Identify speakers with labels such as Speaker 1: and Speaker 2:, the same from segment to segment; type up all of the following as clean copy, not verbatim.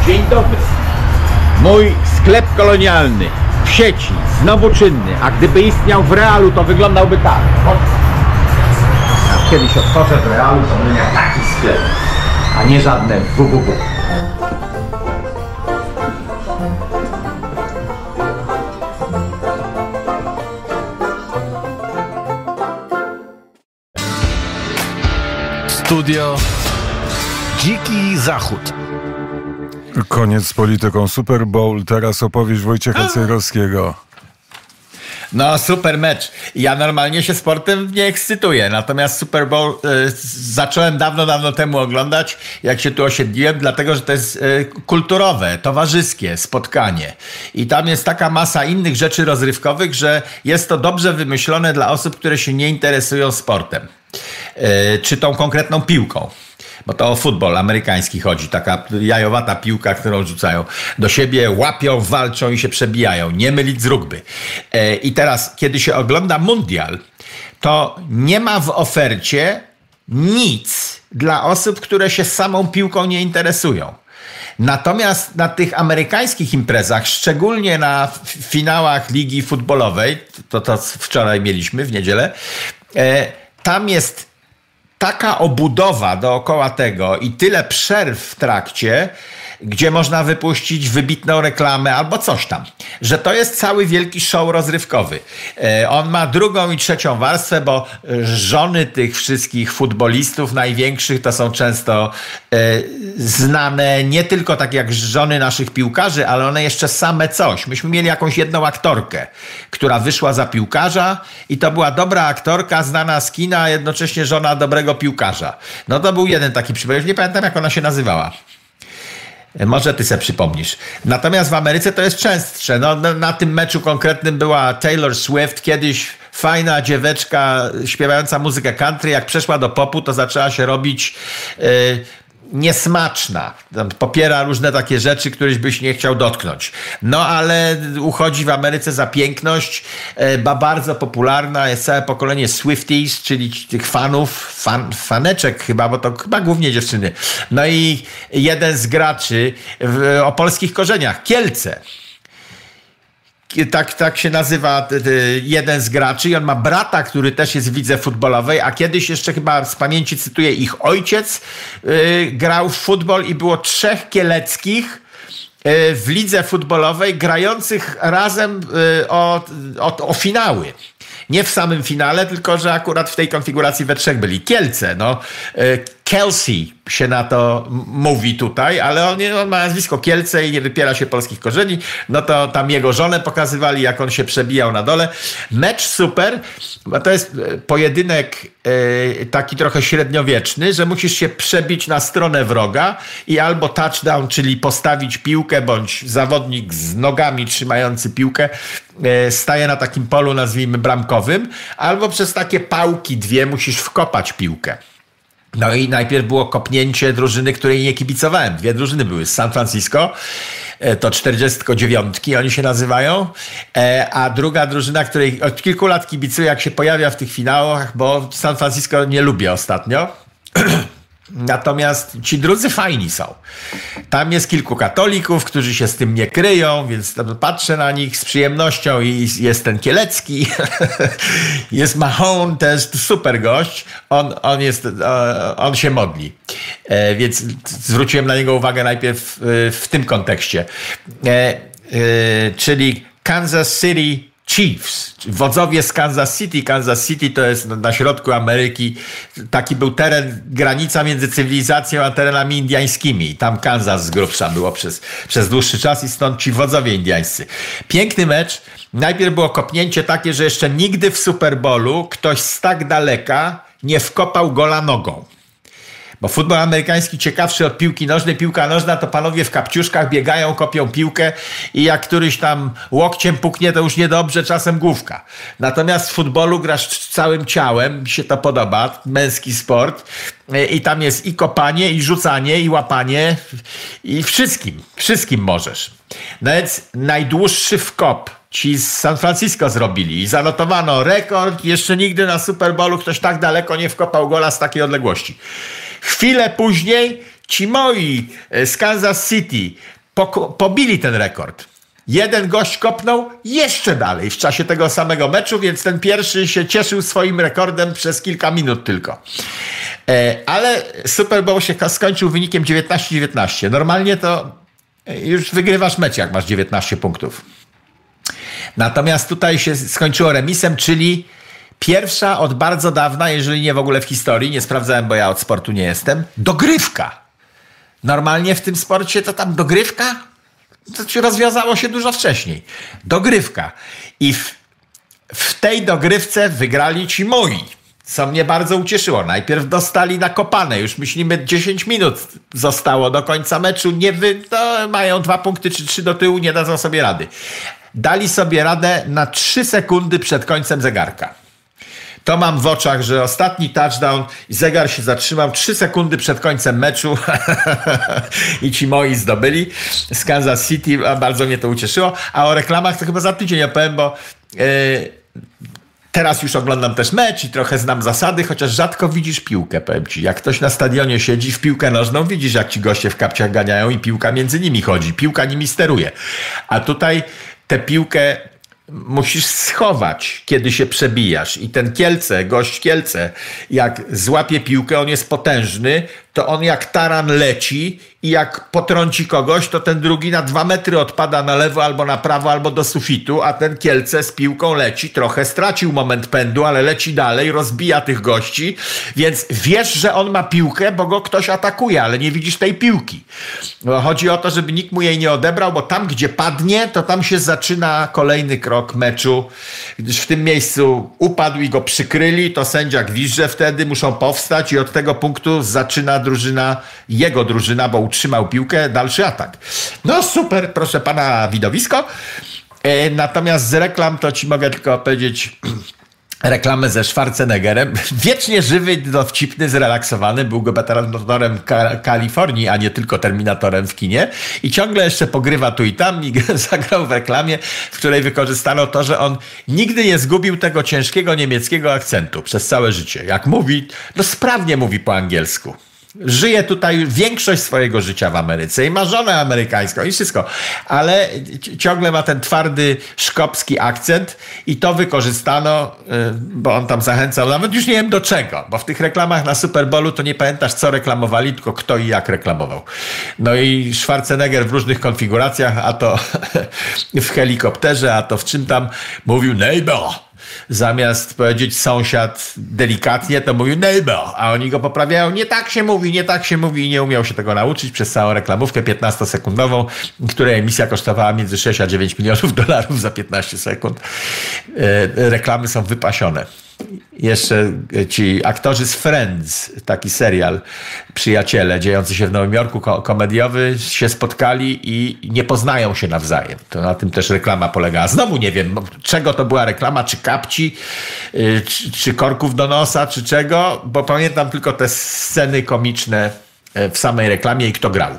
Speaker 1: Dzień dobry. Mój sklep kolonialny w sieci, znowu czynny, a gdyby istniał w realu, to wyglądał tak. Jak kiedyś otworzę w realu, to będę miał taki sklep, a nie żadne www.
Speaker 2: Studio Dziki Zachód.
Speaker 3: Koniec z polityką. Super Bowl. Teraz opowieść Wojciecha Cejrowskiego.
Speaker 1: No, super mecz. Ja normalnie się sportem nie ekscytuję, natomiast Super Bowl zacząłem dawno temu oglądać, jak się tu osiedliłem, dlatego, że to jest kulturowe, towarzyskie spotkanie. I tam jest taka masa innych rzeczy rozrywkowych, że jest to dobrze wymyślone dla osób, które się nie interesują sportem. Czy tą konkretną piłką. Bo to o futbol amerykański chodzi. Taka jajowata piłka, którą rzucają do siebie, łapią, walczą i się przebijają. Nie mylić z rugby. I teraz, kiedy się ogląda mundial, to nie ma w ofercie nic dla osób, które się samą piłką nie interesują. Natomiast na tych amerykańskich imprezach, szczególnie na finałach ligi futbolowej, to wczoraj mieliśmy w niedzielę, tam jest taka obudowa dookoła tego i tyle przerw w trakcie, gdzie można wypuścić wybitną reklamę albo coś tam, że to jest cały wielki show rozrywkowy. On ma drugą i trzecią warstwę, bo żony tych wszystkich futbolistów największych to są często znane nie tylko tak jak żony naszych piłkarzy, ale one jeszcze same coś. Myśmy mieli jakąś jedną aktorkę, która wyszła za piłkarza i to była dobra aktorka, znana z kina, a jednocześnie żona dobrego piłkarza. No to był jeden taki przypadek. Nie pamiętam, jak ona się nazywała. Może ty se przypomnisz. Natomiast w Ameryce to jest częstsze. No, na tym meczu konkretnym była Taylor Swift, kiedyś fajna dzieweczka śpiewająca muzykę country. Jak przeszła do popu, to zaczęła się robić niesmaczna. Popiera różne takie rzeczy, któreś byś nie chciał dotknąć. No ale uchodzi w Ameryce za piękność. Bardzo popularna jest całe pokolenie Swifties, czyli tych fanów, faneczek chyba, bo to chyba głównie dziewczyny. No i jeden z graczy o polskich korzeniach, Kielce. Tak się nazywa jeden z graczy i on ma brata, który też jest w lidze futbolowej, a kiedyś jeszcze chyba z pamięci cytuję, ich ojciec grał w futbol i było 3 kieleckich w lidze futbolowej grających razem o finały. Nie w samym finale, tylko że akurat w tej konfiguracji we 3 byli. Kielce, no. Kelsey się na to mówi tutaj, ale on ma nazwisko Kielce i nie wypiera się polskich korzeni. No to tam jego żonę pokazywali, jak on się przebijał na dole. Mecz super, bo to jest pojedynek taki trochę średniowieczny, że musisz się przebić na stronę wroga i albo touchdown, czyli postawić piłkę, bądź zawodnik z nogami trzymający piłkę staje na takim polu, nazwijmy bramkowym, albo przez takie pałki 2 musisz wkopać piłkę. No i najpierw było kopnięcie drużyny, której nie kibicowałem. 2 drużyny były z San Francisco, to 49 oni się nazywają, a druga drużyna, której od kilku lat kibicuję, jak się pojawia w tych finałach, bo San Francisco nie lubię ostatnio. Natomiast ci drudzy fajni są. Tam jest kilku katolików, którzy się z tym nie kryją, więc patrzę na nich z przyjemnością i jest ten Kielecki, jest Mahone, też super gość, on się modli. Więc zwróciłem na niego uwagę najpierw w tym kontekście. Czyli Kansas City Chiefs, wodzowie z Kansas City. Kansas City to jest na środku Ameryki. Taki był teren, granica między cywilizacją a terenami indyjskimi. Tam Kansas z grubsza było przez dłuższy czas i stąd ci wodzowie indyjscy. Piękny mecz. Najpierw było kopnięcie takie, że jeszcze nigdy w Super Bowlu ktoś z tak daleka nie wkopał gola nogą. Bo futbol amerykański ciekawszy od piłki nożnej. Piłka nożna to panowie w kapciuszkach biegają, kopią piłkę i jak któryś tam łokciem puknie, to już niedobrze, czasem główka. Natomiast w futbolu grasz całym ciałem, mi się to podoba, męski sport i tam jest i kopanie, i rzucanie, i łapanie i wszystkim możesz. Nawet najdłuższy wkop ci z San Francisco zrobili i zanotowano rekord, jeszcze nigdy na Super Bowlu ktoś tak daleko nie wkopał gola z takiej odległości. Chwilę później ci moi z Kansas City pobili ten rekord. Jeden gość kopnął jeszcze dalej w czasie tego samego meczu, więc ten pierwszy się cieszył swoim rekordem przez kilka minut tylko. Ale Super Bowl się skończył wynikiem 19-19. Normalnie to już wygrywasz mecz, jak masz 19 punktów. Natomiast tutaj się skończyło remisem, czyli pierwsza od bardzo dawna, jeżeli nie w ogóle w historii, nie sprawdzałem, bo ja od sportu nie jestem, dogrywka. Normalnie w tym sporcie to tam dogrywka? To rozwiązało się dużo wcześniej. Dogrywka. I w tej dogrywce wygrali ci moi, co mnie bardzo ucieszyło. Najpierw dostali na kopane. Już myślimy 10 minut zostało do końca meczu. To mają 2 punkty czy 3 do tyłu, nie dadzą sobie rady. Dali sobie radę na 3 sekundy przed końcem zegarka. To mam w oczach, że ostatni touchdown i zegar się zatrzymał 3 sekundy przed końcem meczu i ci moi zdobyli z Kansas City, a bardzo mnie to ucieszyło. A o reklamach to chyba za tydzień opowiem, bo teraz już oglądam też mecz i trochę znam zasady, chociaż rzadko widzisz piłkę, powiem ci. Jak ktoś na stadionie siedzi w piłkę nożną, widzisz, jak ci goście w kapciach ganiają i piłka między nimi chodzi. Piłka nimi steruje. A tutaj tę piłkę musisz schować, kiedy się przebijasz. I ten gość Kielce, jak złapie piłkę, on jest potężny, to on jak taran leci i jak potrąci kogoś, to ten drugi na 2 metry odpada na lewo albo na prawo, albo do sufitu, a ten Kielce z piłką leci, trochę stracił moment pędu, ale leci dalej, rozbija tych gości, więc wiesz, że on ma piłkę, bo go ktoś atakuje, ale nie widzisz tej piłki. Bo chodzi o to, żeby nikt mu jej nie odebrał, bo tam, gdzie padnie, to tam się zaczyna kolejny krok meczu, gdyż w tym miejscu upadł i go przykryli, to sędzia gwizdże wtedy, muszą powstać i od tego punktu zaczyna jego drużyna, bo utrzymał piłkę, dalszy atak. No super, proszę pana, widowisko. Natomiast z reklam to ci mogę tylko powiedzieć reklamę ze Schwarzeneggerem. Wiecznie żywy, dowcipny, zrelaksowany. Był gubernatorem Kalifornii, a nie tylko terminatorem w kinie. I ciągle jeszcze pogrywa tu i tam i zagrał w reklamie, w której wykorzystano to, że on nigdy nie zgubił tego ciężkiego niemieckiego akcentu przez całe życie. Jak mówi, no sprawnie mówi po angielsku. Żyje tutaj większość swojego życia w Ameryce i ma żonę amerykańską i wszystko, ale ciągle ma ten twardy szkopski akcent i to wykorzystano, bo on tam zachęcał, nawet już nie wiem do czego, bo w tych reklamach na Super Bowlu to nie pamiętasz, co reklamowali, tylko kto i jak reklamował. No i Schwarzenegger w różnych konfiguracjach, a to w helikopterze, a to w czym tam mówił neighbor. Zamiast powiedzieć sąsiad delikatnie, to mówił neighbor, a oni go poprawiają. Nie tak się mówi i nie umiał się tego nauczyć przez całą reklamówkę 15-sekundową, której emisja kosztowała między 6 a 9 milionów dolarów za 15 sekund. Reklamy są wypasione. Jeszcze ci aktorzy z Friends, taki serial, przyjaciele dziejący się w Nowym Jorku, komediowy, się spotkali i nie poznają się nawzajem. To na tym też reklama polegała. Znowu nie wiem, czego to była reklama, czy kapci, czy korków do nosa, czy czego, bo pamiętam tylko te sceny komiczne w samej reklamie i kto grał.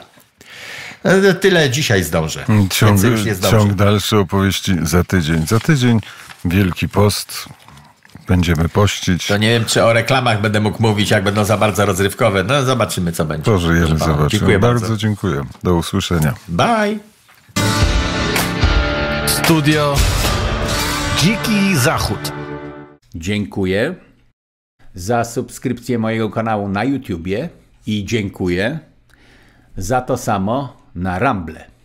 Speaker 1: Tyle dzisiaj zdążę.
Speaker 3: Ciąg dalszy opowieści za tydzień. Za tydzień Wielki Post. Będziemy pościć.
Speaker 1: To nie wiem, czy o reklamach będę mógł mówić, jak będą za bardzo rozrywkowe. No zobaczymy, co będzie.
Speaker 3: Pożyjemy, zobaczymy.
Speaker 1: Dziękuję
Speaker 3: bardzo. Dziękuję. Do usłyszenia.
Speaker 1: Bye.
Speaker 2: Studio Dziki Zachód.
Speaker 1: Dziękuję za subskrypcję mojego kanału na YouTubie i dziękuję za to samo na Rumble.